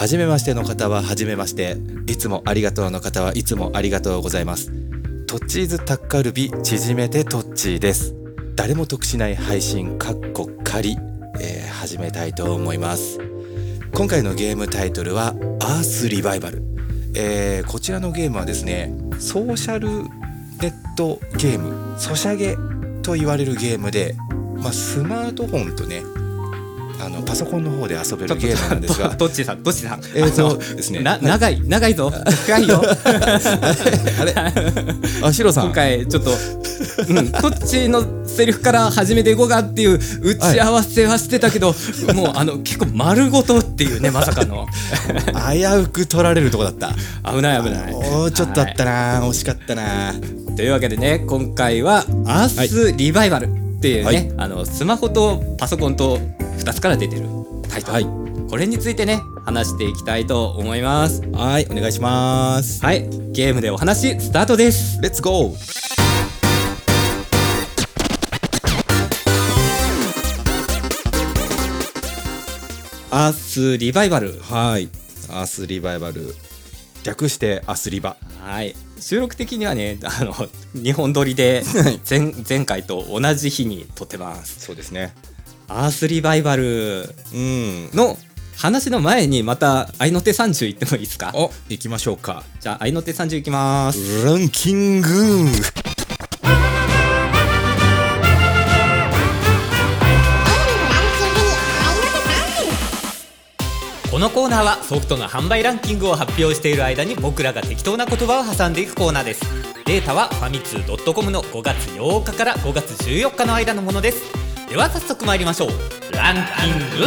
初めましての方は初めまして、いつもありがとうの方はいつもありがとうございます。トッチーズタッカルビ縮めてトッチーです。誰も得しない配信仮、始めたいと思います。今回のゲームタイトルはアースリバイバル。こちらのゲームはですね、ソーシャルネットゲーム、ソシャゲと言われるゲームで、スマートフォンとね、パソコンの方で遊べるゲームなんですが、 どっちさんですね、 長いぞ深いよあれシロさん、 今回ちょっとこっちのセリフから始めていこうかっていう打ち合わせはしてたけど、もう結構丸ごとっていうね、まさかの危うく取られるとこだった。 危ないもうちょっとあったな、惜しかったな。 というわけでね、今回はアースリバイバルっていうね、スマホとパソコンと2つから出てるタイトル、これについてね話していきたいと思います。 はい、お願いします。 はい、ゲームでお話スタートです。 レッツゴー。 アースリバイバル。 はい、アースリバイバル、略してアスリバ。 はい、収録的にはね、2本撮りで前回と同じ日に撮ってます。 そうですね。 アースリバイバルの話の前にまた合いの手30いってもいいですか？ 行きましょうか。 じゃあ合いの手30いきます。 ランキング。 このコーナーはソフトの販売ランキングを発表している間に僕らが適当な言葉を挟んでいくコーナーです。データはファミツー .com の5月8日から5月14日の間のものです。では早速参りましょう。ランキング。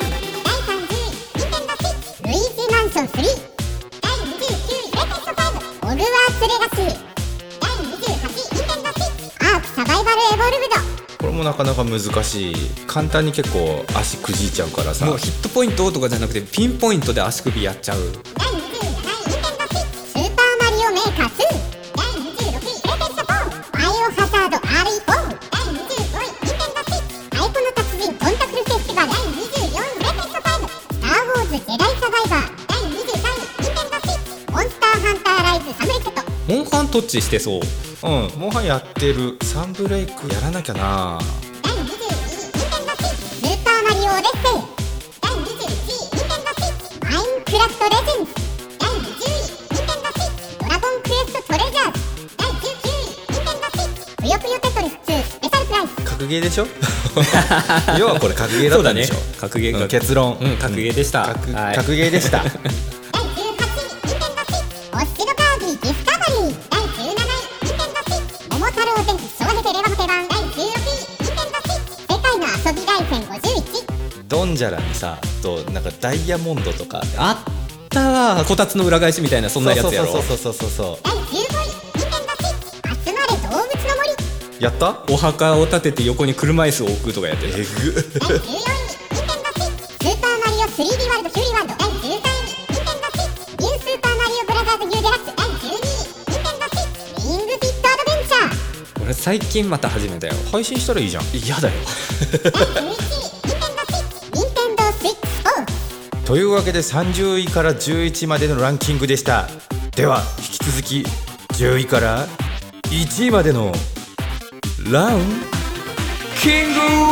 第30位、ルイージマンション3。第29位、レテスト5、オルワーツレガシー。第28位、ニンテンドースイッチ、アークサバイバルエボルブド。 これもなかなか難しい。簡単に結構足くじいちゃうからさ。 もうヒットポイントとかじゃなくてピンポイントで足首やっちゃう。 第27位、ニンテンドースイッチ、スーパーマリオメーカー2。第26位、レテスト4、バイオハザード RE4。第25位、ニンテンドースイッチ、太鼓の達人コンタクルフェスティバル。第24位、レテスト5、スター・ウォーズ・ジェダイ・サバイバー。第23位、ニンテンドースイッチ、モンスターハンターライズ・サムレット。 モンハントッチしてそう。 モンハンやってる。サンブレイクやらなきゃな。 第22位、ニンテンドースイッチ、スーパーマリオオデッセイ。第21位、ニンテンドースイッチ、マインクラフトレジェンズ。第20位、ニンテンドースイッチ、ドラゴンクエストトレジャーズ。第19位、ニンテンドースイッチ、ぷよぷよテトリス2スペシャルプライス。 格ゲーでしょ要はこれ格ゲーだったんでしょ。 格ゲー、 結論、 格ゲーでした。 格ゲーでした。 第18位、ニンテンドースイッチ、オッシロカービィディスカバリー。第17位、ニンテンドースイッチ、桃太郎電気育ててレバホテ版。第16位、ニンテンドースイッチ、世界の遊び大戦51。 ドンジャラにさ、なんかダイヤモンドとかあったわ、こたつの裏返しみたいな、そんなやつやろ。 そう第15位、ニンテンドースイッチ、集まれ動物の森。 やった。 お墓を建てて横に車椅子を置くとかやってる。 第14位、ニンテンドースイッチ、スーパーマリオ 3D ワールドキュウリワールド。第13位、ニンテンドースイッチ、ニュースーパーマリオブラザーズニューデラックス。第12位、ニンテンドースイッチ、リングフィットアドベンチャー。 俺最近また始めたよ。 配信したらいいじゃん。 嫌だよ第11位、ニンテンドースイッチ、スポーツ。 というわけで30位から11位までのランキングでした。では引き続き10位から1位までのランキング。 第10位、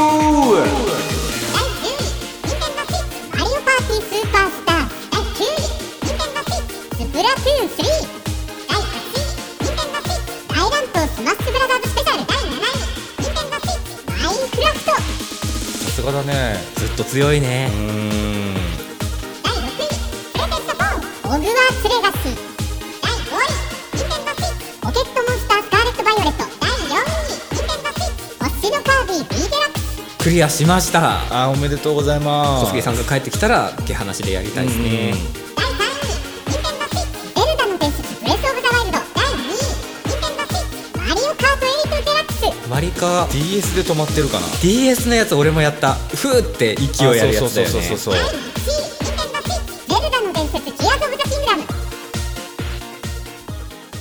ニンテンドースイッチ、マリオパーティースーパースター。第9位、ニンテンドースイッチ、スプラトゥーン3。第8位、ニンテンドースイッチ、大乱闘スマッシュブラザーズスペシャル。第7位、ニンテンドースイッチ、マインクラフト。 さすがだね。 ずっと強いね。 第6位、プレテスト4、ホグワーツレガシー。第5位、ニンテンドースイッチ、ポケットモンスタースカーレットバイオレット。第4位、ニンテンドースイッチ、星のカービィ B デラックス。 クリアしました。 おめでとうございます。 小杉さんが帰ってきたら手話でやりたいですね。 第3位、ニンテンドースイッチ、ゼルダの伝説ブレスオブザワイルド。第2位、ニンテンドースイッチ、マリオカート8デラックス。 マリカ DS で止まってるかな。 DS のやつ俺もやった。ふーって勢いやるやつだよね。 そう第1位、ニンテンドースイッチ、ゼルダの伝説ティアーズ・オブ・ザ・キングダム。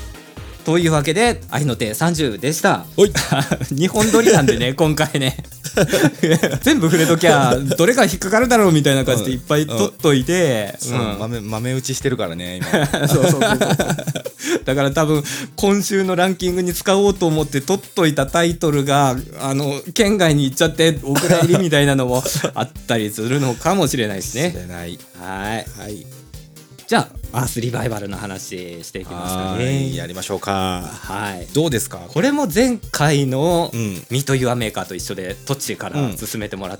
というわけで愛の手30でした。 おい 2本撮りなんでね今回ね全部触れときゃどれか引っかかるだろうみたいな感じでいっぱい取っといて、 豆打ちしてるからね今そうだから多分今週のランキングに使おうと思って取っといたタイトルが県外に行っちゃってお蔵入りみたいなのもあったりするのかもしれないですね。はい、じゃあアースリバイバルの話していきますかね。 やりましょうか。 はい、 どうですかこれも前回のミートユアメーカーと一緒でトッチーから勧めてもらって、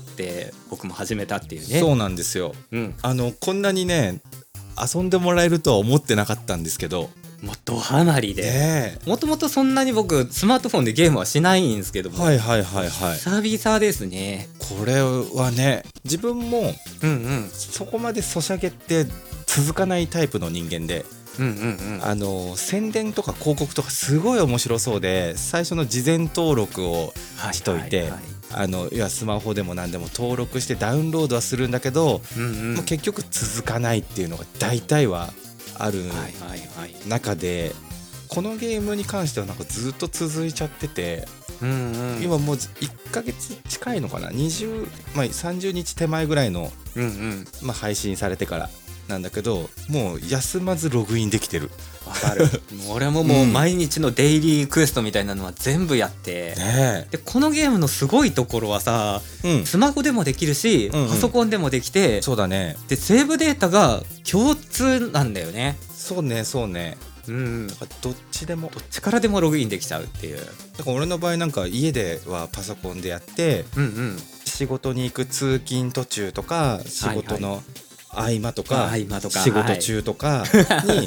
僕も始めたっていうね。 そうなんですよ、こんなにね遊んでもらえるとは思ってなかったんですけど、 もうドハマりで、もともとそんなに僕スマートフォンでゲームはしないんですけども、久々ですね。 これはね、自分もそこまでソシャゲって続かないタイプの人間で、宣伝とか広告とかすごい面白そうで最初の事前登録をしといて、いやスマホでも何でも登録してダウンロードはするんだけど、もう結局続かないっていうのが大体はある中で、このゲームに関してはなんかずっと続いちゃってて、今もう1ヶ月近いのかな、30日手前ぐらいの、配信されてからなんだけど、もう休まずログインできてる。 わかる俺ももう毎日のデイリークエストみたいなのは全部やって、でこのゲームのすごいところはさ、スマホでもできるし、パソコンでもできて、 そうだね。 でセーブデータが共通なんだよね。 そうねだからどっちからでもログインできちゃうっていう。 だから俺の場合なんか家ではパソコンでやって、仕事に行く通勤途中とか仕事の合間とか仕事中とかに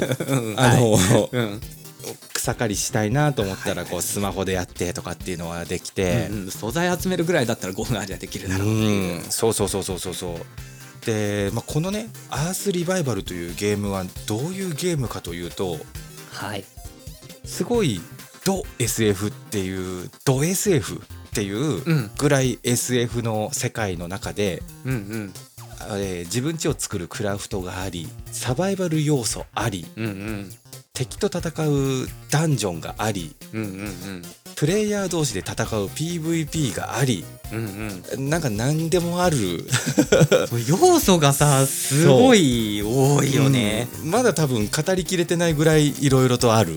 草刈りしたいなと思ったらこうスマホでやってとかっていうのはできて、 素材集めるぐらいだったら5分ありゃできるだろうっていう。 そうで、このねアースリバイバルというゲームはどういうゲームかというと、すごいド SF っていうド SF っていうぐらい SF の世界の中で、自分家を作るクラフトがあり、サバイバル要素あり、敵と戦うダンジョンがあり、プレイヤー同士で戦う PVP があり、なんか何でもある要素がさすごい多いよね。 まだ多分語りきれてないぐらいいろいろとある。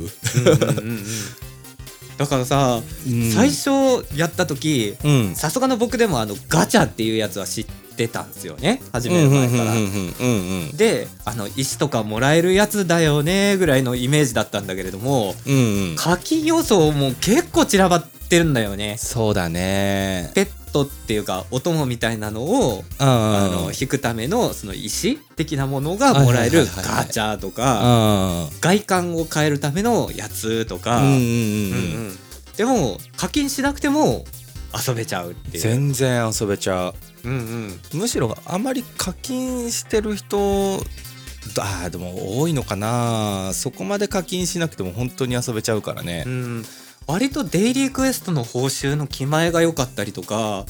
だからさ、最初やった時さすがの僕でもガチャっていうやつは知ってたんですよね、始める前から。で石とかもらえるやつだよねぐらいのイメージだったんだけれども、課金要素も結構散らばってるんだよね。 そうだね。 ペットっていうかお供みたいなのを引くためのその石的なものがもらえるガチャとか、外観を変えるためのやつとか、でも課金しなくても遊べちゃうっていう。 全然遊べちゃう。むしろあまり課金してる人でも多いのかな。そこまで課金しなくても本当に遊べちゃうからね。 割とデイリークエストの報酬の気前が良かったりとか、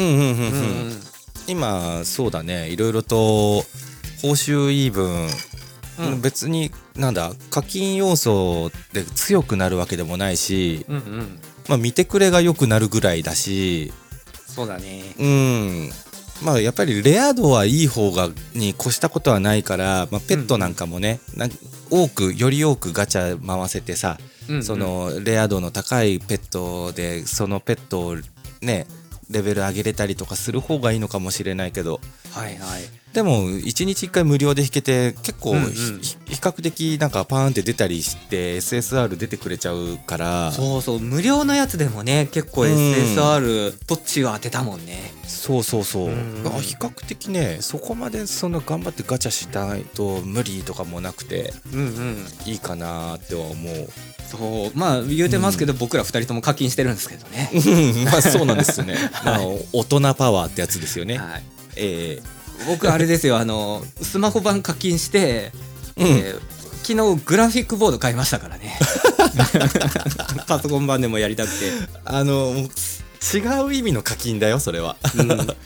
今そうだね、いろいろと報酬いい分、別に課金要素で強くなるわけでもないし、見てくれが良くなるぐらいだし。 そうだね。 やっぱりレア度はいい方に越したことはないから、ペットなんかもね、より多くガチャ回せてさ、そのレア度の高いペットでそのペットをねレベル上げれたりとかする方がいいのかもしれないけど、でも1日1回無料で引けて結構、比較的なんかパーンって出たりして SSR 出てくれちゃうから。 そう無料のやつでもね結構 SSR どっちが当てたもんね。 そう比較的ねそこまでその頑張ってガチャしないと無理とかもなくて、いいかなっては思う。 そう言うてますけど、僕ら2人とも課金してるんですけどね。 そうなんですよね。大人パワーってやつですよね。 僕あれですよ、スマホ版課金して、昨日グラフィックボード買いましたからね。パソコン版でもやりたくて。 違う意味の課金だよそれは。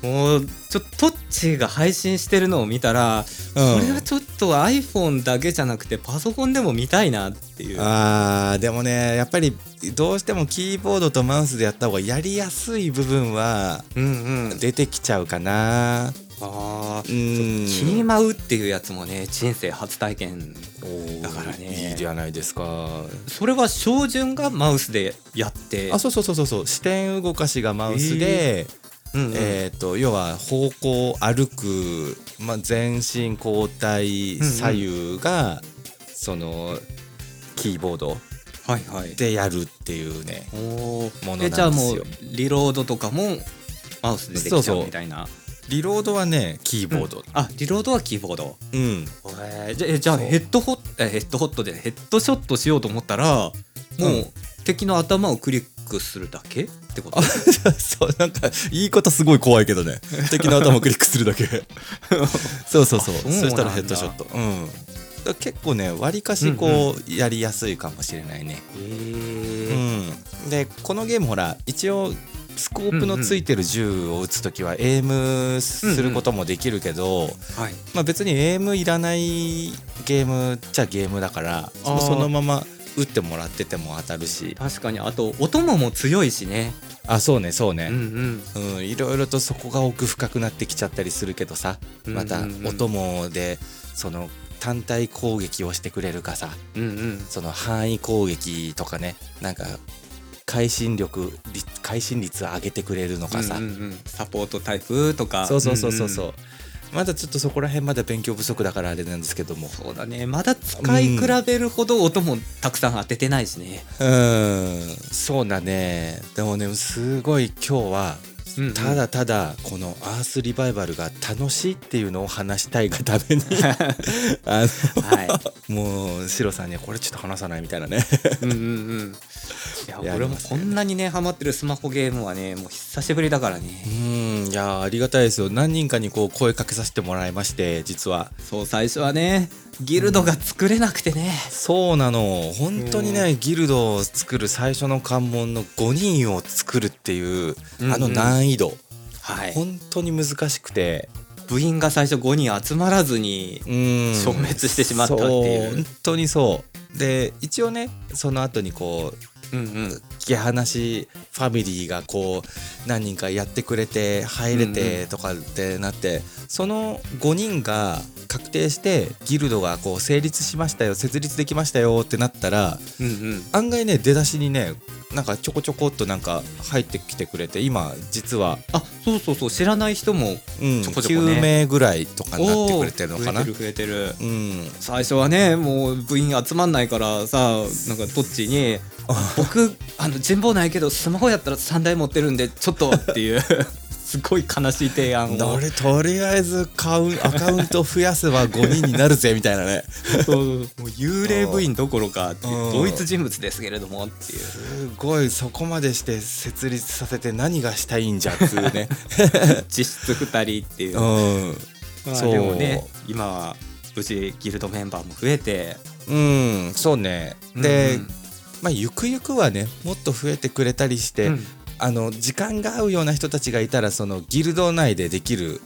もうちょっとトッチーが配信してるのを見たら、これはちょっと iPhone だけじゃなくてパソコンでも見たいなっていう。 でもねやっぱりどうしてもキーボードとマウスでやった方がやりやすい部分は出てきちゃうかな。 キーマウっていうやつもね人生初体験だからね。 いいじゃないですか。 それは照準がマウスでやって、 そう視点動かしがマウスで、要は方向歩く、前進後退左右がそのキーボードでやるっていうね、ものなんですよ。 じゃあもうリロードとかもマウスでできちゃうみたいな。 リロードはねキーボード、 リロードはキーボード。じゃあヘッドショットしようと思ったらもう敵の頭をクリックするだけってこと？ そうなんか言い方すごい怖いけどね。敵の頭をクリックするだけ。そうそしたらヘッドショット。結構ねわりかしこうやりやすいかもしれないね。でこのゲームほら一応スコープのついてる銃を撃つときはエイムすることもできるけど、別にエイムいらないゲームっちゃゲームだからそのまま撃ってもらってても当たるし。 確かに。あとお供も強いしね。 そうねいろいろとそこが奥深くなってきちゃったりするけどさ、またお供でその単体攻撃をしてくれるかさ、その範囲攻撃とかね、なんか会心率上げてくれるのかさ、 サポートタイプとか。 まだちょっとそこら辺まだ勉強不足だからあれなんですけども。 そうだね、まだ使い比べるほど音もたくさん当ててないしね。 そうだね。でもねすごい今日はただただこのアースリバイバルが楽しいっていうのを話したいがためにもうシロさんにこれちょっと話さないみたいなね。 いや俺もこんなにねハマってるスマホゲームはねもう久しぶりだからね。 いやありがたいですよ。何人かにこう声かけさせてもらいまして、実はそう最初はねギルドが作れなくてね。 そうなの本当にね、ギルドを作る最初の関門の5人を作るっていうあの難易度、本当に難しくて部員が最初5人集まらずに消滅してしまったっていう。 本当にそうで、一応ねその後にこう引き離しファミリーがこう何人かやってくれて入れてとかってなって、その5人が確定してギルドがこう成立しましたよ、設立できましたよってなったら、案外ね出だしにねなんかちょこちょこっとなんか入ってきてくれて、今実はそう知らない人もちょこちょこね 9名ぐらいとかになってくれてるのかな。 増えてる、最初はねもう部員集まんないからさ、なんかトッチーに僕人望ないけどスマホやったら3台持ってるんでちょっとっていうすごい悲しい提案を。 とりあえずアカウント増やせば5人になるぜみたいなね。 もう幽霊部員どころかっていう同一人物ですけれどもっていう。 すごいそこまでして設立させて何がしたいんじゃっつうね。 実質2人っていう。でもね今は無事ギルドメンバーも増えて、 そうね。で、ゆくゆくはねもっと増えてくれたりして、時間が合うような人たちがいたらそのギルド内でできる、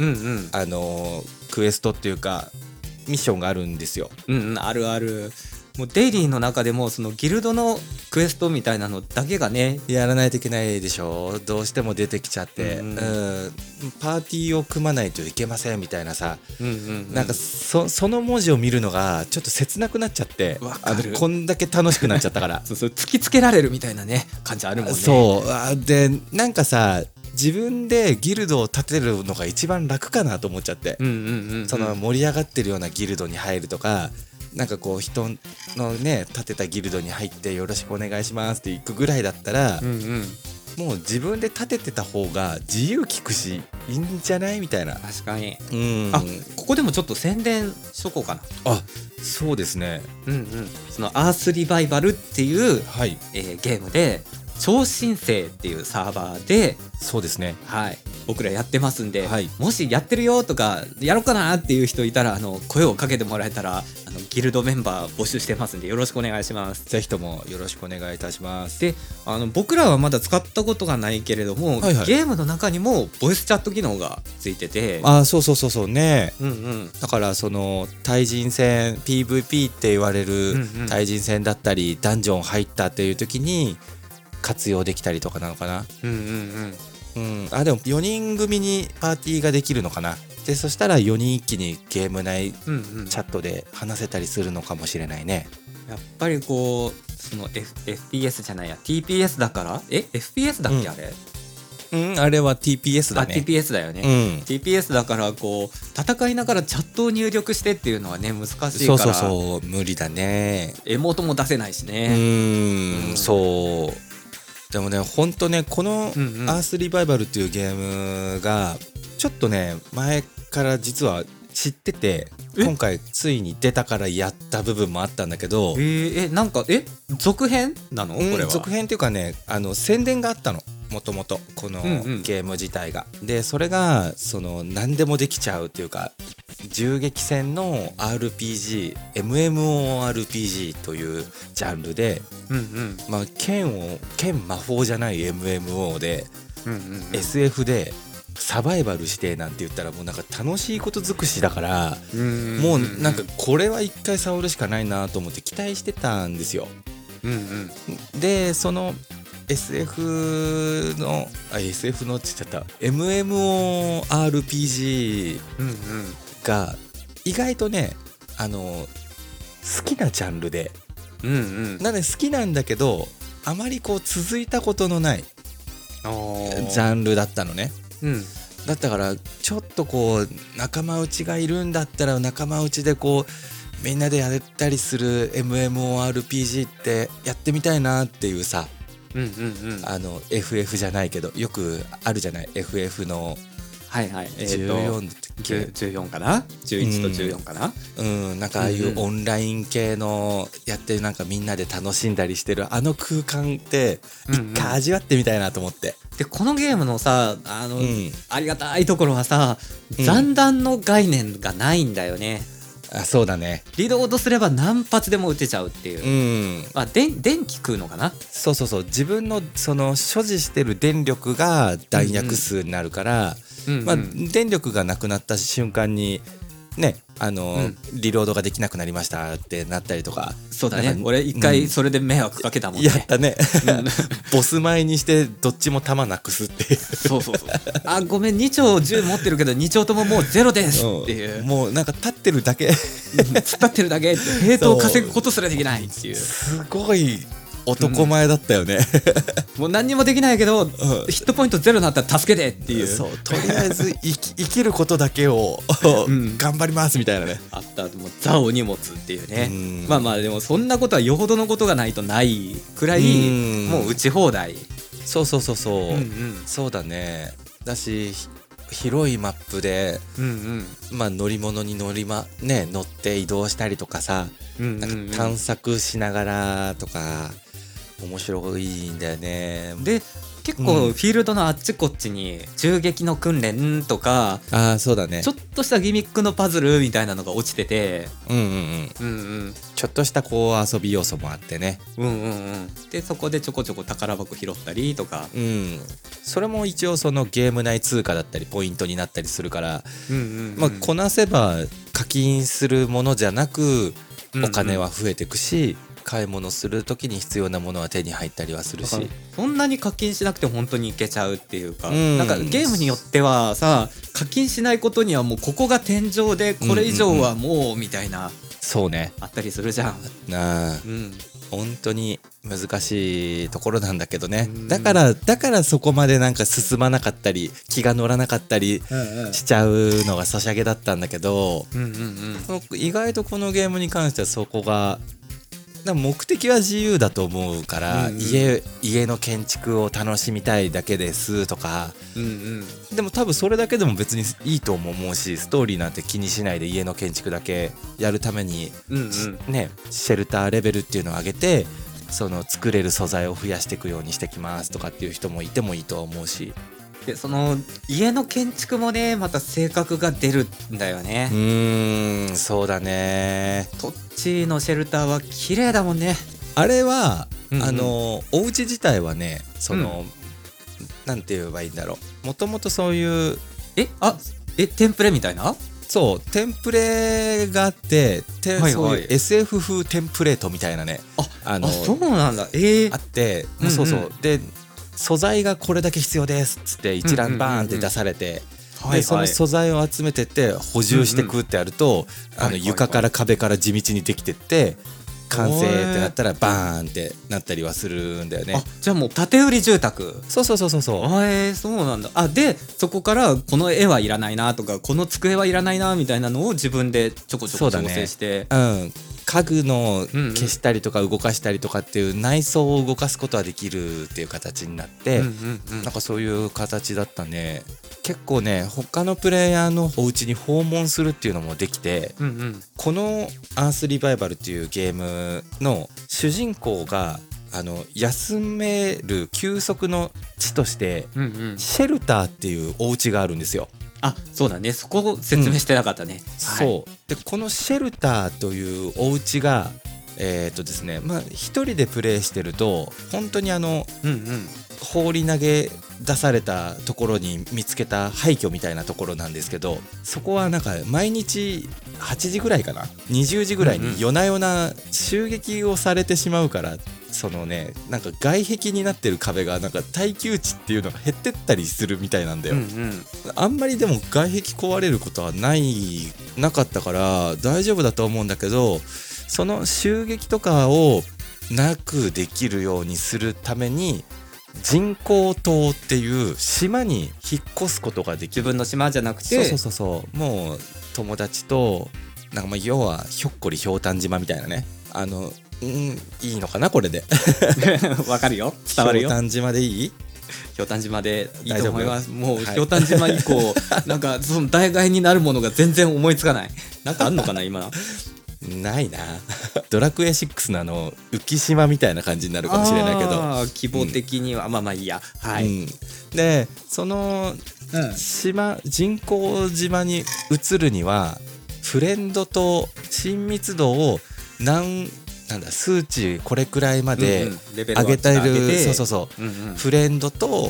クエストっていうかミッションがあるんですよ。 あるある。もうデイリーの中でもそのギルドのクエストみたいなのだけがねやらないといけないでしょ。どうしても出てきちゃって、パーティーを組まないといけませんみたいなさ、なんかその文字を見るのがちょっと切なくなっちゃって、こんだけ楽しくなっちゃったからそう突きつけられるみたいなね感じあるもんね。 そうでなんかさ自分でギルドを立てるのが一番楽かなと思っちゃって、その盛り上がってるようなギルドに入るとか、なんかこう人のね立てたギルドに入ってよろしくお願いしますって行くぐらいだったら、もう自分で立ててた方が自由利くしいいんじゃないみたいな。 確かに。ここでもちょっと宣伝しとこうかな。 そうですね。 そのアースリバイバルっていう、ゲームで超新星っていうサーバーで、 そうですね。 僕らやってますんで、 はいもしやってるよとかやろうかなっていう人いたら声をかけてもらえたらギルドメンバー募集してますんでよろしくお願いします。 ぜひともよろしくお願いいたします。 で僕らはまだ使ったことがないけれども、 はいはいゲームの中にもボイスチャット機能がついてて、 そうね。 うんうん、 だからその対人戦 PVP って言われる対人戦だったり、ダンジョン入ったっていう時に活用できたりとかなのかな。 うんうんうん、 でも4人組にパーティーができるのかな。でそしたら4人一気にゲーム内チャットで話せたりするのかもしれないね。 やっぱりこうその、FPS じゃないや TPS だからFPS だっけ、あれあれは TPS だね。 TPS だよね、TPS だからこう戦いながらチャットを入力してっていうのはね難しいから、 そう無理だね。 エモートも出せないしね。 そうでもねほんとねこのアースリバイバルっていうゲームがちょっとね前から実は知ってて今回ついに出たからやった部分もあったんだけど、 なんか続編なのこれは。 続編っていうかね宣伝があったのもともとこのゲーム自体が、でそれがその何でもできちゃうっていうか銃撃戦の RPG MMORPG というジャンルで、剣魔法じゃない MMO で、SF でサバイバルしてなんて言ったらもうなんか楽しいこと尽くしだから、もうなんかこれは一回触るしかないなと思って期待してたんですよ。でその SF のって言っちゃった MMORPG が意外とね好きなジャンルで、なんで好きなんだけどあまりこう続いたことのないジャンルだったのね。だったからちょっとこう仲間内がいるんだったら仲間内でこうみんなでやったりする MMORPG ってやってみたいなっていうさ、FF じゃないけどよくあるじゃない FF の 14かな11と14かな、 なんかああいうオンライン系のやってなんかみんなで楽しんだりしてるあの空間って一回味わってみたいなと思って。 でこのゲームのさありがたいところはさ、残弾の概念がないんだよね。 そうだね。 リロードすれば何発でも撃てちゃうっていう、電気食うのかな。 そう自分のその所持してる電力が弾薬数になるから、電力がなくなった瞬間にねリロードができなくなりましたってなったりとか。 そうだね。俺一回それで迷惑かけたもんね。 やったね。ボス前にしてどっちも弾なくすっていう。 そうごめん2丁銃持ってるけど2丁とももうゼロですっていう、 もうなんか立ってるだけ突っ立ってるだけって兵闘を稼ぐことすらできないっていう。 すごい男前だったよね。 もう何にもできないけど、ヒットポイントゼロになったら助けてっていう。 とりあえず生きることだけを頑張りますみたいなね。 あったもうザお荷物っていうね。まあでもそんなことはよほどのことがないとないくらいもう打ち放題。 そうそうだね。だし広いマップで、乗り物に乗って移動したりとかさ、なんか探索しながらとか面白いんだよね。 で結構フィールドのあっちこっちに銃撃の訓練とか、 そうだね、 ちょっとしたギミックのパズルみたいなのが落ちてて、 ちょっとしたこう遊び要素もあってね。 でそこでちょこちょこ宝箱拾ったりとか、 それも一応そのゲーム内通貨だったりポイントになったりするから、こなせば課金するものじゃなくお金は増えていくし、買い物する時に必要なものは手に入ったりはするし、 そんなに課金しなくて本当にいけちゃうっていうか、なんかゲームによってはさ課金しないことにはもうここが天井でこれ以上はもうみたいな、 そうね、 あったりするじゃん。 本当に難しいところなんだけどね。だからそこまでなんか進まなかったり気が乗らなかったりしちゃうのがソシャゲだったんだけど、意外とこのゲームに関してはそこが目的は自由だと思うから、家の建築を楽しみたいだけですとか、でも多分それだけでも別にいいと思うし、ストーリーなんて気にしないで家の建築だけやるために、シェルターレベルっていうのを上げてその作れる素材を増やしていくようにしてきますとかっていう人もいてもいいとは思うし、 でその家の建築もねまた性格が出るんだよね。 そうだね。 トッチーのシェルターは綺麗だもんね。 あれは、 うんうんお家自体はねなんて言えばいいんだろう、もともとそういうテンプレみたいな。 そうテンプレがあってはいはいそういう SF 風テンプレートみたいなねそうなんだ。 あってそうそう、で素材がこれだけ必要ですっつって一覧バーンって出されて、でその素材を集めてって補充してくってやると、床から壁から地道にできてって完成ってなったらバーンってなったりはするんだよね。 じゃあもう建て売り住宅。 そうそうなんだ。でそこからこの絵はいらないなとかこの机はいらないなみたいなのを自分でちょこちょこ調整して、 家具の消したりとか動かしたりとかっていう内装を動かすことはできるっていう形になって、なんかそういう形だったね。結構ね他のプレイヤーのお家に訪問するっていうのもできて、このアースリバイバルっていうゲームの主人公が休める休息の地としてシェルターっていうお家があるんですよ。 そうだね、そこを説明してなかったね。 そうでこのシェルターというお家がですね、一人でプレイしてると本当に放り投げ出されたところに見つけた廃墟みたいなところなんですけど、そこはなんか毎日8時ぐらいかな20時ぐらいに夜な夜な襲撃をされてしまうから、そのねなんか外壁になってる壁がなんか耐久値っていうのが減ってったりするみたいなんだよ。あんまりでも外壁壊れることはなかったから大丈夫だと思うんだけど、その襲撃とかをなくできるようにするために人工島っていう島に引っ越すことができる。 自分の島じゃなくてそうもう友達となんか要はひょっこりひょうたん島みたいなね、いいのかなこれでわかるよ、伝わるよ。 ひょうたん島でいい？ ひょうたん島でいいと思います。もうひょうたん島以降なんかその代替になるものが全然思いつかない。なんかあんのかな今。 ないなドラクエ6の浮島みたいな感じになるかもしれないけど、 希望的には、まあいいや。 でその島、人工島に移るにはフレンドと親密度を数値これくらいまで上げてる、フレンドと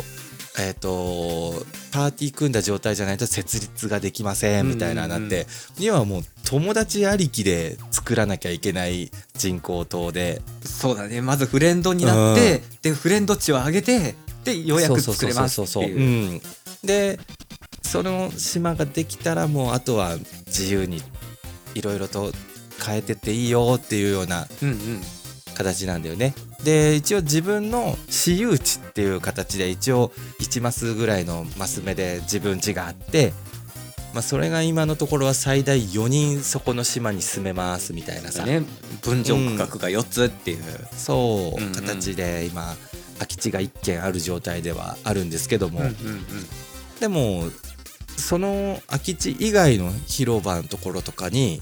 パーティー組んだ状態じゃないと設立ができませんみたいななって、要はもう友達ありきで作らなきゃいけない人工島で、 そうだね、まずフレンドになって、でフレンド値を上げて、でようやく作れますっていう。 でその島ができたらもうあとは自由にいろいろと変えてっていいよっていうような形なんだよね。で一応自分の私有地っていう形で一応1マスぐらいのマス目で自分家があって、それが今のところは最大4人そこの島に住めますみたいなさ、 分譲区画が4つっていう、 形で今空き地が1軒ある状態ではあるんですけども、でもその空き地以外の広場のところとかに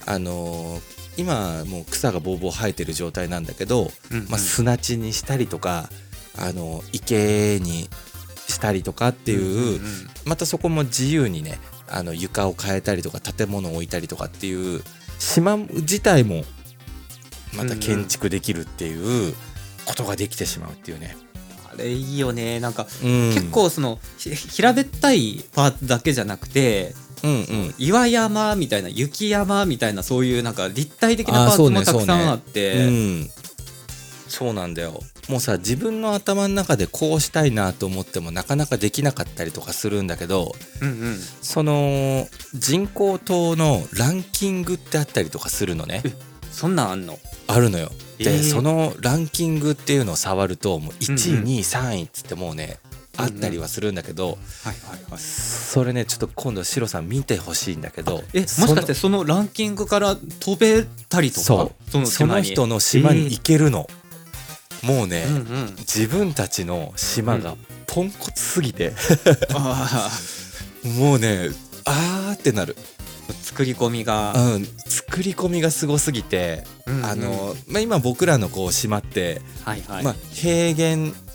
今もう草がボーボー生えてる状態なんだけど、砂地にしたりとか池にしたりとかっていう、またそこも自由にね床を変えたりとか建物を置いたりとかっていう島自体もまた建築できるっていうことができてしまうっていうね。 あれいいよね。なんか、結構その平べったいパーツだけじゃなくて、岩山みたいな雪山みたいなそういうなんか立体的なパーツもたくさんあって、 そうなんだよ。もうさ自分の頭の中でこうしたいなと思ってもなかなかできなかったりとかするんだけど、その人工島のランキングってあったりとかするのね。 そんなんあんの？ あるのよ。で、そのランキングっていうのを触るともう1位、2位、3位っつってもうねあったりはするんだけど、それねちょっと今度シロさん見てほしいんだけど、 もしかしてそのランキングから飛べたりとか、 その人の島に行けるの。もうね、自分たちの島がポンコツすぎて、もうねあーってなる。 作り込みがすごすぎて、今僕らのこう島って、平原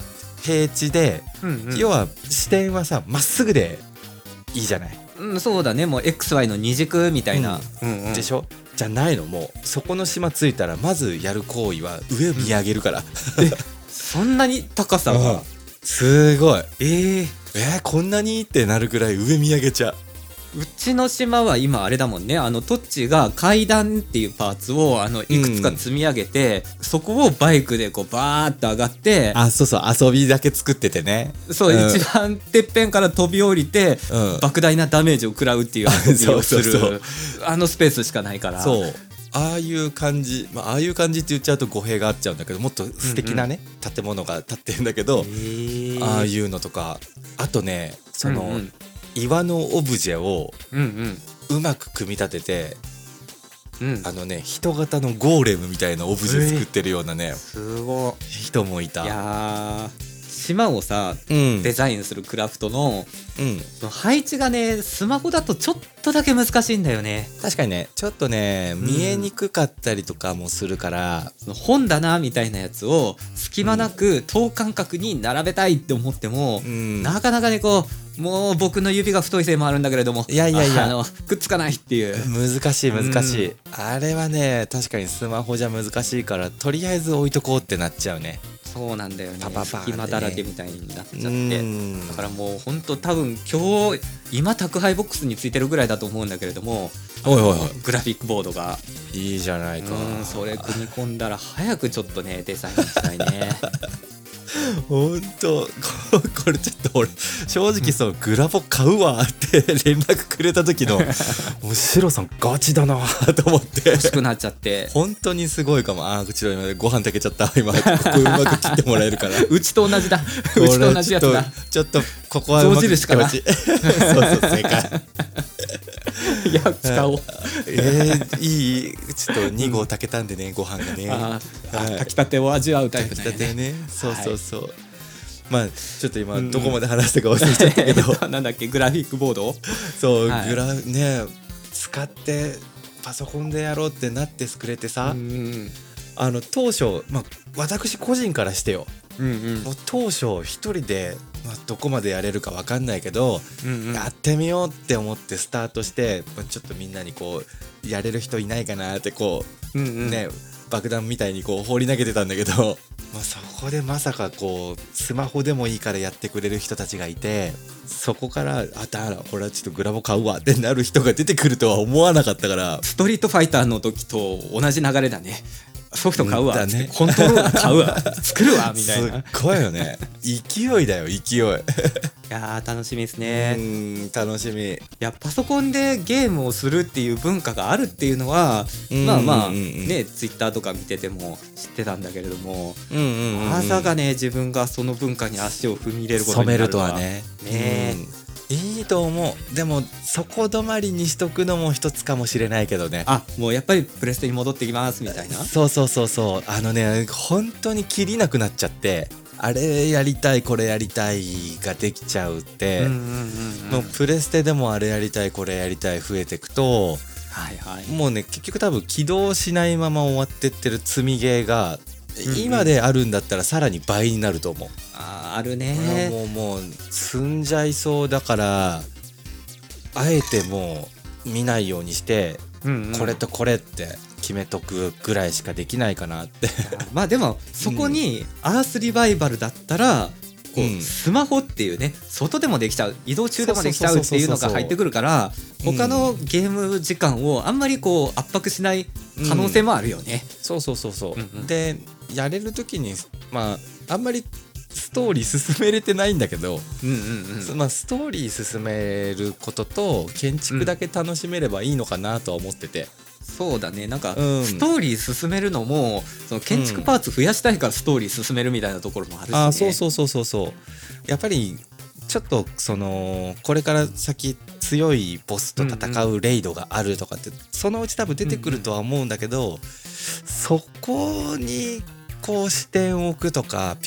平地で、 うんうん、 要は視点はさまっすぐでいいじゃない、 うん、そうだね、もう XY の二軸みたいな、うんうん、 でしょ。じゃないの、もうそこの島着いたらまずやる行為は上見上げるから、 そんなに高さが、 すごい、 ー、 こんなにってなるぐらい上見上げちゃう。 うちの島は今あれだもんね、トッチーが階段っていうパーツをいくつか積み上げて、そこをバイクでこうバーッと上がって、 そうそう、遊びだけ作っててね。 そう、一番てっぺんから飛び降りて、莫大なダメージを食らうっていう遊びをするそうスペースしかないから。 そう、ああいう感じ、ああいう感じって言っちゃうと語弊があっちゃうんだけど、もっと素敵なね、建物が建ってるんだけど、ああいうのとか、あとね、その、岩のオブジェをうまく組み立てて、人型のゴーレムみたいなオブジェ作ってるようなね、 すごい人もいた。 いや島をさ、デザインするクラフトの、配置がね、スマホだとちょっとだけ難しいんだよね。 確かにね、ちょっとね、見えにくかったりとかもするから、 その本棚みたいなやつを隙間なく等間隔に並べたいって思っても、なかなかね、こうもう僕の指が太いせいもあるんだけれども、いやくっつかないっていう、 難しい、あれはね、確かにスマホじゃ難しいから、とりあえず置いとこうってなっちゃうね。 そうなんだよね、 パパパ隙間だらけみたいになっちゃって、だからもうほんと多分今宅配ボックスについてるぐらいだと思うんだけれども、グラフィックボードがいいじゃないか。 それ組み込んだら早くちょっとねデザインしたいね。 ほんとこれちょっと俺正直そう、グラボ買うわって連絡くれた時のもうシロさんガチだなと思って欲しくなっちゃって本当にすごいかも。うちの今ご飯炊けちゃった。今ここうまく切ってもらえるからうちと同じだ、うちと同じやつだ。 ちょっとここはうまく切ってほしい。そう正解。 いや使おう。 いい、ちょっと2合炊けたんでね、ご飯がね、 炊きたてを味わうタイプだよね。 炊きたてね、そう、まあちょっと今どこまで話したか忘れちゃったけど、 なんだっけ、グラフィックボード、 そう、ね使ってパソコンでやろうってなってくれてさ、当初、私個人からしてよ、もう当初一人で、どこまでやれるか分かんないけど、やってみようって思ってスタートして、ちょっとみんなにこうやれる人いないかなってこう、ね、爆弾みたいにこう放り投げてたんだけど、そこでまさかこうスマホでもいいからやってくれる人たちがいて、そこからこれはちょっとグラボ買うわってなる人が出てくるとは思わなかったから。 ストリートファイターの時と同じ流れだね。ソフト買うわ、ね、コントローラー買うわ作るわみたいな。 すっごいよね。勢いだよ、勢い。いや楽しみですね。 楽しみ。いやパソコンでゲームをするっていう文化があるっていうのはね、ツイッターとか見てても知ってたんだけれども、まさかね自分がその文化に足を踏み入れることになるとは。 染めるとはね。いいと思う。でもそこ止まりにしとくのも一つかもしれないけどね。 もうやっぱりプレステに戻ってきますみたいな。 そう本当に切りなくなっちゃって、あれやりたいこれやりたいができちゃうって、もうプレステでもあれやりたいこれやりたい増えてくと、もうね結局多分起動しないまま終わってってる積みゲーが今であるんだったらさらに倍になると思う。 あるね。 もう積んじゃいそうだから、あえてもう見ないようにして、これとこれって決めとくぐらいしかできないかなって。 でもそこにアースリバイバルだったらこうスマホっていうね、外でもできちゃう、移動中でもできちゃうっていうのが入ってくるから、他のゲーム時間をあんまりこう圧迫しない可能性もあるよね。 でやれる時にあんまりストーリー進めれてないんだけど、ストーリー進めることと建築だけ楽しめればいいのかなとは思ってて。 そうだね、なんか、ストーリー進めるのもその建築パーツ増やしたいからストーリー進めるみたいなところもあるしね。そうやっぱりちょっとこれから先強いボスと戦うレイドがあるとかってそのうち多分出てくるとは思うんだけど、そこにこう視点を置くとか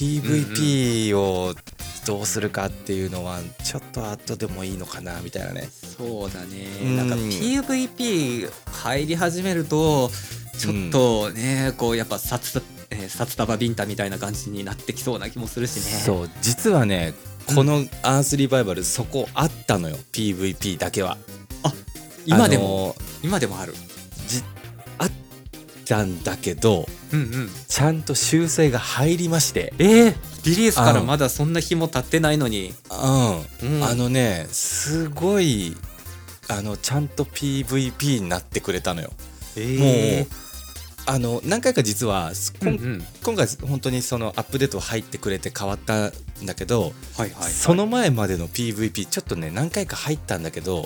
PVP をどうするかっていうのはちょっと後でもいいのかなみたいなね。 そうだね、なんか PVP 入り始めるとちょっとね、こうやっぱ殺札束ビンタみたいな感じになってきそうな気もするしね。 そう実はねこのアースリバイバルそこあったのよ PVP だけは。 今でもある。 あったんだけどうんうん。 ちゃんと修正が入りまして、 リリースからまだそんな日も経ってないのに。 すごいちゃんと PVP になってくれたのよ。もう何回か実は今回本当にそのアップデート入ってくれて変わったんだけど、その前までの PVP ちょっとね何回か入ったんだけど、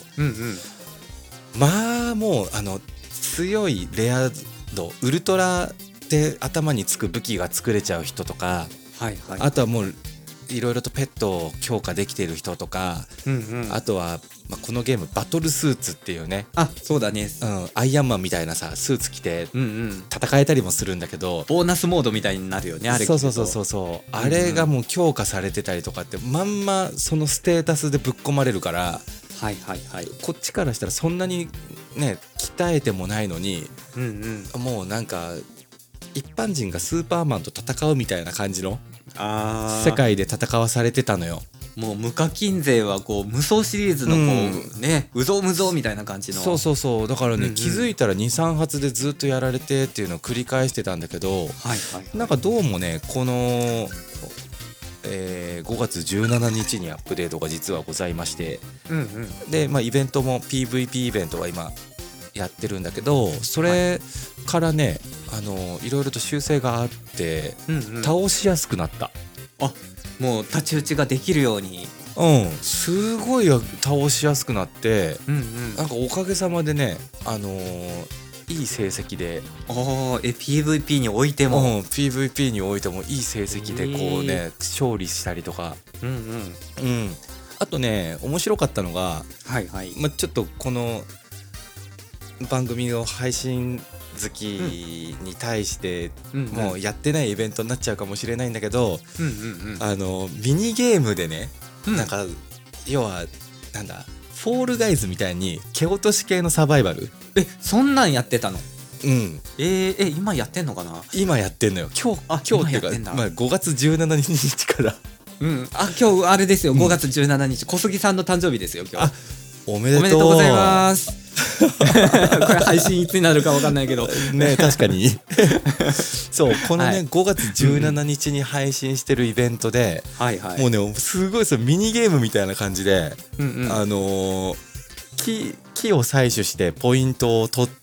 まあもう強いレア度ウルトラで頭につく武器が作れちゃう人とか、あとはもういろいろとペットを強化できている人とか、あとは、このゲームバトルスーツっていうね、 そうだね、 アイアンマンみたいなさスーツ着て戦えたりもするんだけど、 ボーナスモードみたいになるよねあれ。 そうあれがもう強化されてたりとかってまんまそのステータスでぶっ込まれるから、こっちからしたらそんなにね鍛えてもないのに、もうなんか一般人がスーパーマンと戦うみたいな感じの世界で戦わされてたのよ。 もう無課金税はこう無双シリーズのうぞうむぞうみたいな感じの。 そうだからね、気づいたら 2,3 発でずっとやられてっていうのを繰り返してたんだけど、なんかどうもねこの5月17日にアップデートが実はございまして、でイベントも PVP イベントは今やってるんだけど、それからねいろいろと修正があって、倒しやすくなった。 もう太刀打ちができるように。 すごい倒しやすくなって、なんかおかげさまでねいい成績で PVP においても、 PVP においてもいい成績でこうね勝利したりとか、あとね面白かったのが、ちょっとこの番組の配信好きに対してもうやってないイベントになっちゃうかもしれないんだけど、ミニゲームでね、なんか要はなんだフォールガイズみたいに蹴落とし系のサバイバル。 そんなんやってたの？ 今やってんのかな？ 今やってんのよ。今日っていうか5月17日から今日あれですよ、5月17日小杉さんの誕生日ですよ今日。 おめでとうございますこれ配信いつになるか分かんないけどね、確かにそうこのね、5月17日に配信してるイベントで、もうねすごいミニゲームみたいな感じで、木を採取してポイントを取って、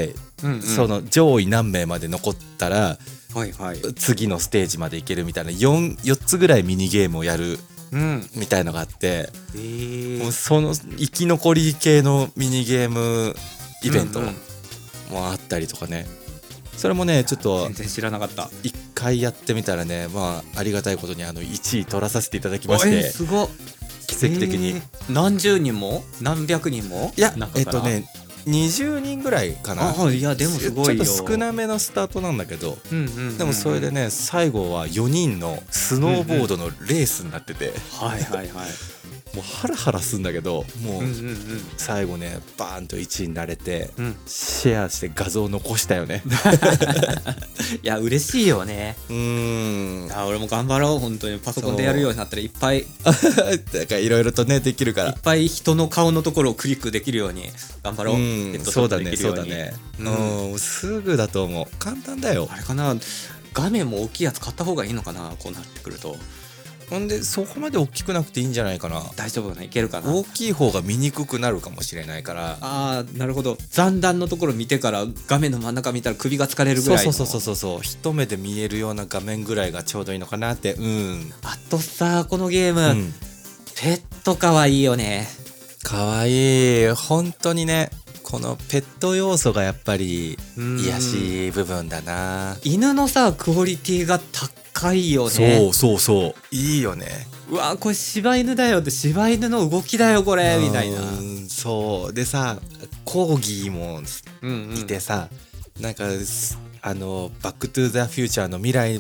その上位何名まで残ったら、次のステージまで行けるみたいな 4つぐらいミニゲームをやるみたいのがあって、もうその生き残り系のミニゲームイベントもあったりとかね、それもねちょっと全然知らなかった。 一回やってみたらね、ありがたいことに1位取らさせていただきまして、 すご奇跡的に何十人も何百人も、 いや20人ぐらいかな。 いやでもすごいよ。 ちょっと少なめのスタートなんだけど、でもそれでね最後は4人のスノーボードのレースになってて、もうハラハラすんだけど、もう最後ねバーンと1位になれて、シェアして画像残したよねいや嬉しいよね。俺も頑張ろう。本当にパソコンでやるようになったらいっぱいだからいろいろとねできるから、 いっぱい人の顔のところをクリックできるように頑張ろう。 そうだねすぐだと思う。簡単だよ。 あれかな、画面も大きいやつ買った方がいいのかな、こうなってくると。 ほんでそこまで大きくなくていいんじゃないかな。 大丈夫かな、いけるかな。 大きい方が見にくくなるかもしれないから。 なるほど。残弾のところ見てから画面の真ん中見たら首が疲れるぐらいの。 そう一目で見えるような画面ぐらいがちょうどいいのかなって。 あとさ、このゲーム、ペットかわいいよね。 かわいい本当にね。このペット要素がやっぱり癒しい部分だな。 犬のさクオリティが高いよね。 そういいよね。 うわこれ柴犬だよって、柴犬の動きだよこれみたいな。 そうでさ、コーギーもいてさ、なんかバックトゥーザフューチャーの未来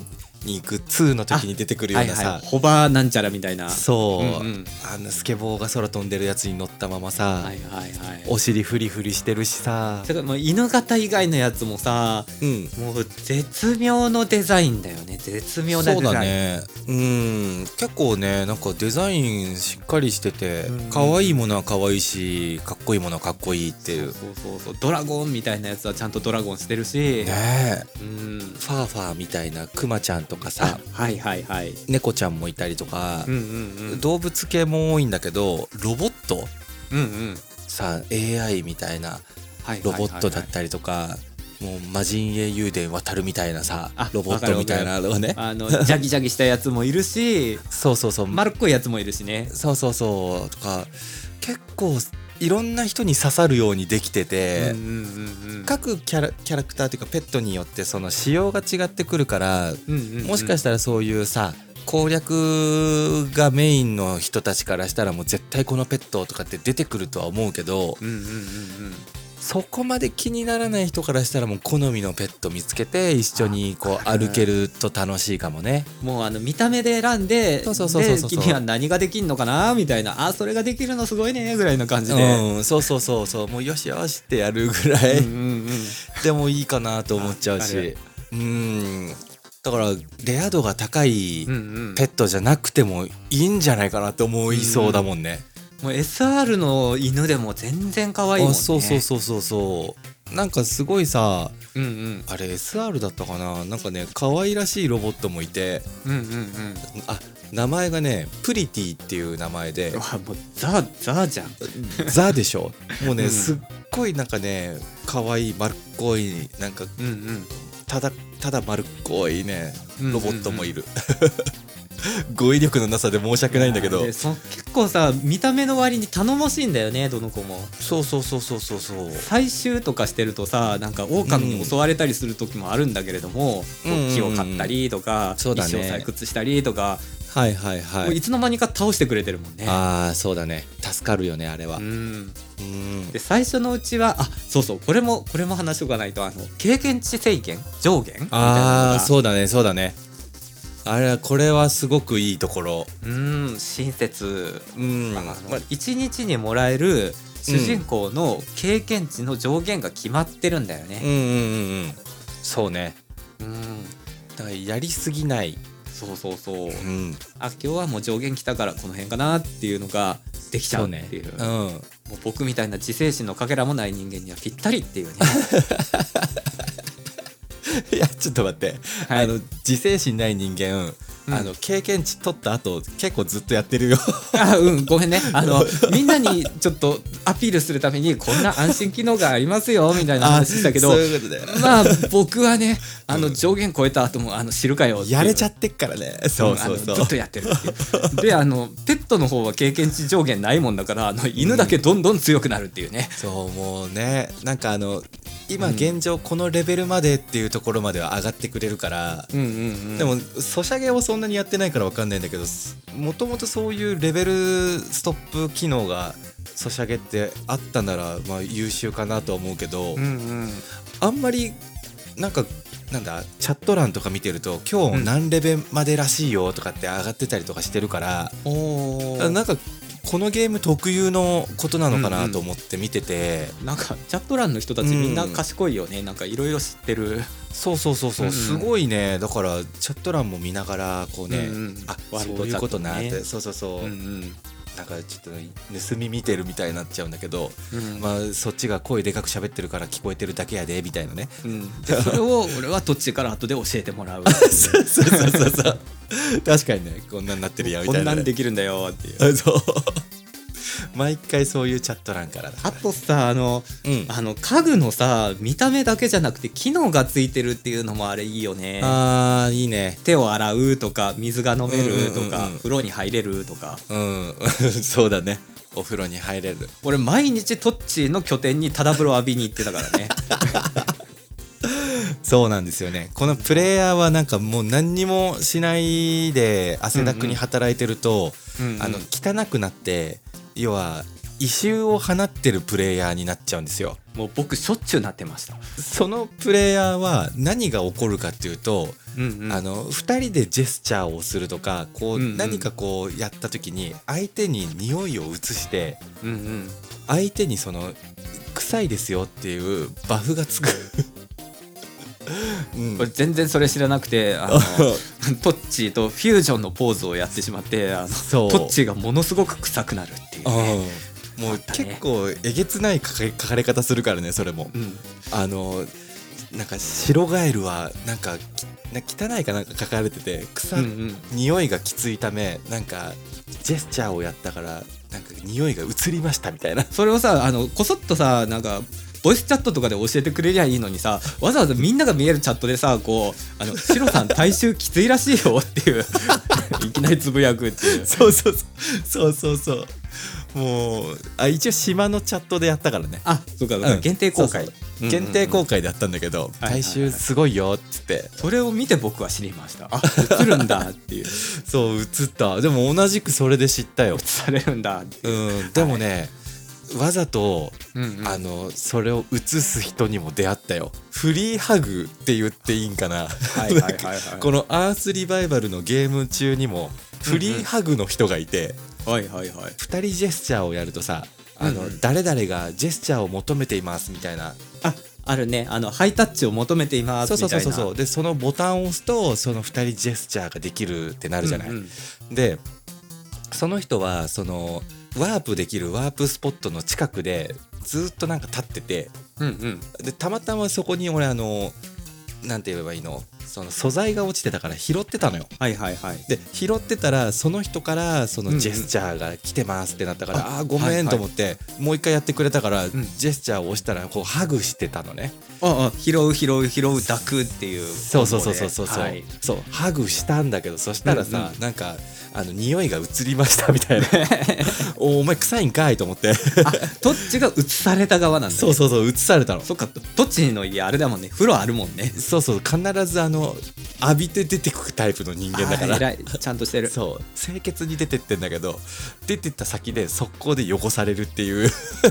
に行く2の時に出てくるようなさ、 はいはい、ホバーなんちゃらみたいな。 そう、 うんうん、 スケボーが空飛んでるやつに乗ったままさ、 はいはいはい、 お尻フリフリしてるしさ、 だからもう犬型以外のやつもさ、もう絶妙のデザインだよね。絶妙なデザイン。 そうだね。結構ね、なんかデザインしっかりしてて、可愛いものは可愛いし、かっこいいものはかっこいいっていう。 そうドラゴンみたいなやつはちゃんとドラゴンしてるしねえ、ファーファーみたいなクマちゃんとかさ、 はいはいはい、 猫ちゃんもいたりとか、動物系も多いんだけど、ロボット、さ AI みたいなロボットだったりとか、もう魔人英雄伝渡るみたいなさロボットみたいなのがね、 ジャギジャギしたやつもいるしそう丸っこいやつもいるしね、 そうとか、結構いろんな人に刺さるようにできてて、各キャラクターというかペットによってその仕様が違ってくるから、もしかしたらそういうさ攻略がメインの人たちからしたらもう絶対このペットとかって出てくるとは思うけど、そこまで気にならない人からしたらもう好みのペット見つけて一緒にこう歩けると楽しいかもね。 もう見た目で選んで、で君は何ができんのかなみたいな、それができるのすごいねぐらいの感じで、 そうもうよしよしってやるぐらいでもいいかなと思っちゃうし、だからレア度が高いペットじゃなくてもいいんじゃないかなって思いそうだもんね。 もう SR の犬でも全然可愛いもんね。 そうなんかすごいさ、あれ SR だったかな、なんかね可愛らしいロボットもいて、名前がねプリティっていう名前で、 もうザじゃんザでしょ。もうね、すっごいなんかね可愛い丸っこいなんか、ただ丸っこいねロボットもいる。語彙力のなさで申し訳ないんだけど、 結構さ見た目の割に頼もしいんだよね、どの子も。 そう採集とかしてるとさ、なんか狼に襲われたりする時もあるんだけれども、木を買ったりとか、石を採掘したりとか、もういつの間にか倒してくれてるもんね。 そうだね、助かるよねあれは。 で最初のうちはこれも話しとかないと、経験値制限上限みたいなのが、 そうだねこれはすごくいいところ。 親切。1日にもらえる主人公の経験値の上限が決まってるんだよね。 そうね。だからやりすぎない。 そう今日はもう上限来たからこの辺かなっていうのができちゃうっていう。もう僕みたいな自制心のかけらもない人間にはぴったりっていうね。 いやちょっと待って、自制心ない人間、経験値取った後結構ずっとやってるよ。 ごめんね、みんなにちょっとアピールするためにこんな安心機能がありますよみたいな話したけど、 そういうことだよ。 僕はね上限超えた後も知るかよってやれちゃってっからね。そうずっとやってるっていう。でペットの方は経験値上限ないもんだから、犬だけどんどん強くなるっていうね。 そうもうね、なんか今現状このレベルまでっていうところまでは上がってくれるから、でもソシャゲをそんなにやってないから分かんないんだけど、もともとそういうレベルストップ機能がソシャゲってあったなら優秀かなとは思うけど、あんまりなんだチャット欄とか見てると今日何レベルまでらしいよとかって上がってたりとかしてるから、なんかこのゲーム特有のことなのかなと思って見てて、 なんかチャット欄の人たちみんな賢いよね。なんかいろいろ知ってる。 そうすごいね。だからチャット欄も見ながらこうね、そういうことなって、なんかちょっと盗み見てるみたいになっちゃうんだけど、そっちが声でかく喋ってるから聞こえてるだけやでみたいなね。 それを俺はどっちから後で教えてもらう。 そう確かにね、こんなんなってるやみたいな、 こんなんできるんだよっていう。 毎回そういうチャット欄からだから。 あとさ家具のさ見た目だけじゃなくて機能がついてるっていうのもあれいいよね。 いいね。 手を洗うとか水が飲めるとか、風呂に入れるとか。 そうだね、お風呂に入れる。 俺毎日トッチーの拠点にただ風呂浴びに行ってたからね。 そうなんですよね。このプレイヤーはなんかもう何にもしないで汗だくに働いてると、汚くなって、要は異臭を放ってるプレイヤーになっちゃうんですよ。 もう僕しょっちゅうなってました。 そのプレイヤーは何が起こるかっていうと、2人でジェスチャーをするとかこう、何かこうやった時に相手に匂いを移して、相手にその臭いですよっていうバフがつくこれ全然それ知らなくてトッチーとフュージョンのポーズをやってしまってトッチーがものすごく臭くなるっていう、ね、 もう結構えげつない書かれ方するからねそれも、なんか白ガエルはなんか汚いかなんか書かれてて匂いがきついためなんかジェスチャーをやったからなんか匂いが移りましたみたいな。 それをさこそっとさなんかボイスチャットとかで教えてくれりゃいいのにさ、わざわざみんなが見えるチャットでさこうシロさん体臭きついらしいよっていういきなりつぶやくっていうそうもう一応島のチャットでやったからね。 そうか、限定公開限定公開でやったんだけど、体臭すごいよっつって、 それを見て僕は知りました。映るんだっていうそう映った。でも同じくそれで知ったよ。 映されるんだっていう、 でもね、わざと、それを映す人にも出会ったよ。フリーハグって言っていいんかな。このアースリバイバルのゲーム中にもフリーハグの人がいて、2人ジェスチャーをやるとさ、誰々がジェスチャーを求めていますみたいな、 あるね、ハイタッチを求めていますみたいな。 そうでそのボタンを押すとその2人ジェスチャーができるってなるじゃない。でその人はそのワープできるワープスポットの近くでずっとなんか立ってて、でたまたまそこに俺なんて言えばいいの、その素材が落ちてたから拾ってたのよ。で拾ってたらその人からそのジェスチャーが来てますってなったから、ごめんと思って、もう一回やってくれたから、ジェスチャーを押したらこうハグしてたのね。 拾う抱くっていう。 そうハグしたんだけど、そしたらさ、なんか匂いが移りましたみたいなお前臭いんかいと思ってトッチが移された側なんだ、ね、 そう移されたの。 そっか、トッチの家あれだもんね、風呂あるもんね。 必ず浴びて出てくタイプの人間だから。 偉い、ちゃんとしてる。 そう清潔に出てってんだけど、出てった先で速攻で汚されるっていう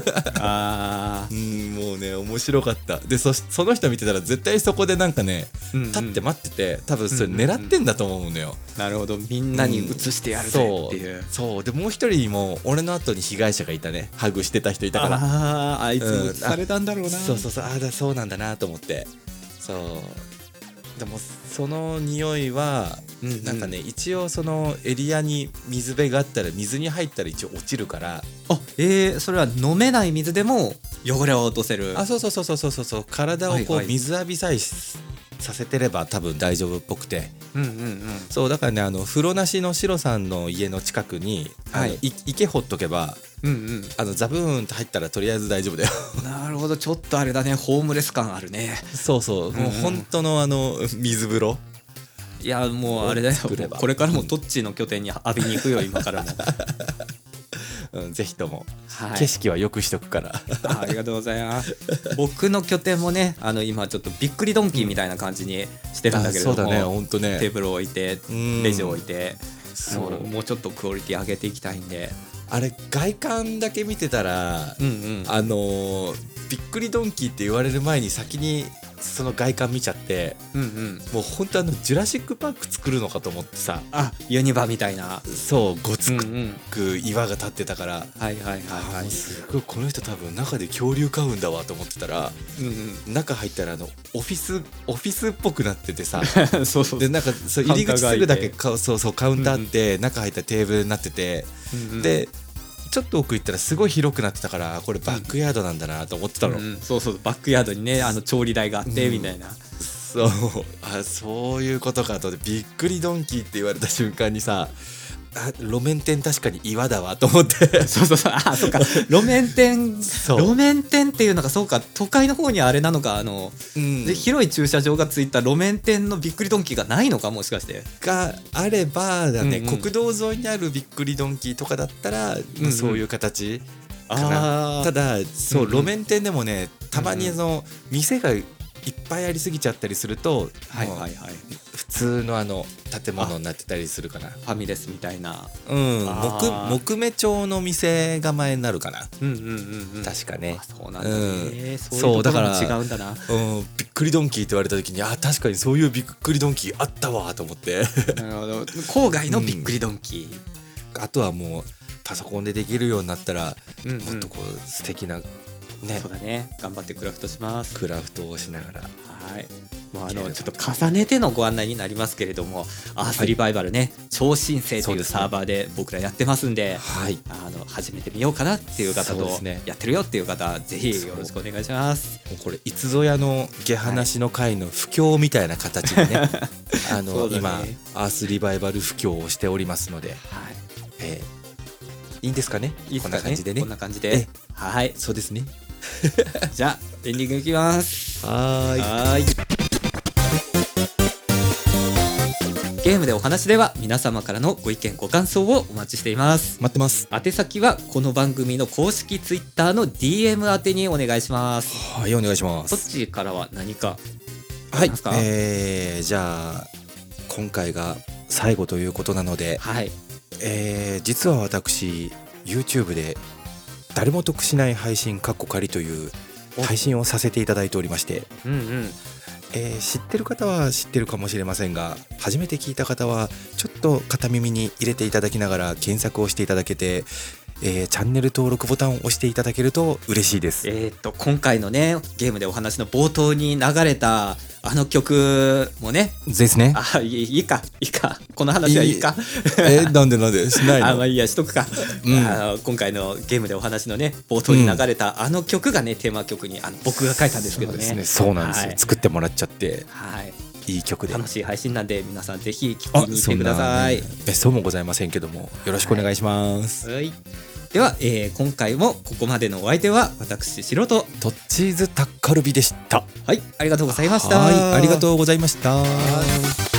もうね面白かった。でその人見てたら絶対そこでなんかね、立って待ってて、多分それ狙ってんだと思うのよ。 なるほど、みんなに移してやるぜっていう。 そうでもう一人も俺の後に被害者がいたね。ハグしてた人いたから、 あいつも移されたんだろうな。 そうなんだなと思って。でもその匂いはなんかね、一応そのエリアに水辺があったら水に入ったら一応落ちるから。 それは飲めない水でも汚れを落とせる。 そう体をこう水浴びさえさせてれば多分大丈夫っぽくて、そうだからね、風呂なしのシロさんの家の近くに池掘っとけば、ザブーンと入ったらとりあえず大丈夫だよなるほど、ちょっとあれだね、ホームレス感あるね。 もう本当の水風呂。 いやもうあれだよ、これからもトッチーの拠点に浴びに行くよ今からもぜひとも、景色はよくしとくからありがとうございます。僕の拠点もね、今ちょっとびっくりドンキーみたいな感じにしてるんだけれども、 そうだね、本当ね、 テーブル置いてレジ置いて、もうちょっとクオリティ上げていきたいんで。 あれ外観だけ見てたら、びっくりドンキーって言われる前に先にその外観見ちゃって、もう本当ジュラシックパーク作るのかと思ってさ、 ユニバみたいな、 ごつく岩が立ってたから、すごいこの人多分中で恐竜飼うんだわと思ってたら、中入ったらオフィスっぽくなっててさでなんか入り口すぐだけカウンターあって、中入ったらテーブルになってて、でちょっと奥行ったらすごい広くなってたから、これバックヤードなんだなと思ってたの。 バックヤードにね調理台があってみたいな、 そういうことかと。びっくりドンキーって言われた瞬間にさ、路面店確かに岩だわと思ってそうか路面店っていうのがそうか、都会の方にあれなのか、で広い駐車場がついた路面店のびっくりドンキーがないのか、もしかしてがあればだね、国道沿いにあるびっくりドンキーとかだったら、そういう形かな。ただ路面店でもね、たまに店がいっぱいありすぎちゃったりすると、 はいはいはい。 普通の建物になってたりするかな。 ファミレスみたいな。 木目調の店構えになるかな。 うんうんうんうん。 確かね。 そうなんだね。 そうだから違うんだな。 びっくりドンキーって言われた時に確かにそういうびっくりドンキーあったわと思って。 なるほど。郊外のびっくりドンキー。 あとはもうパソコンでできるようになったら、 ももっとこう素敵なね、 そうだね。頑張ってクラフトします。 クラフトをしながら。 はい。もうちょっと重ねてのご案内になりますけれども、アースリバイバルね、超新星というサーバーで僕らやってますんで、 はい、 始めてみようかなっていう方と、やってるよっていう方、ぜひよろしくお願いします。 もうこれいつぞやの下話の会の布教みたいな形でね、今アースリバイバル布教をしておりますので、いいんですかね。 いいですかね。 こんな感じでね。 こんな感じで、はい、 そうですね。 じゃあエンディングいきます。 はい。 ゲームでお話では皆様からのご意見ご感想をお待ちしています。 待ってます。 宛先はこの番組の公式ツイッターの DM 宛てにお願いします。 はい、お願いします。 そっちからは何かあはいりますか？ じゃあ今回が最後ということなので、 はい、 実は私 YouTube で誰も得しない配信仮という配信をさせていただいておりまして、知ってる方は知ってるかもしれませんが、初めて聞いた方はちょっと片耳に入れていただきながら検索をしていただけて、チャンネル登録ボタンを押していただけると嬉しいです。 今回のねゲームでお話の冒頭に流れた曲もねですね。 いいかこの話はいいか。 なんでしないの。 まあいいや、しとくか。今回のゲームでお話のね冒頭に流れた曲がねテーマ曲に僕が書いたんですけどね。 そうなんですよ。作ってもらっちゃって。いい曲で楽しい配信なんで皆さんぜひ聴きに行ってください。 そうもございませんけどもよろしくお願いします。 では、今回もここまでのお相手は私素人トッチーズタッカルビでした。 はい、ありがとうございました。 はい、ありがとうございました。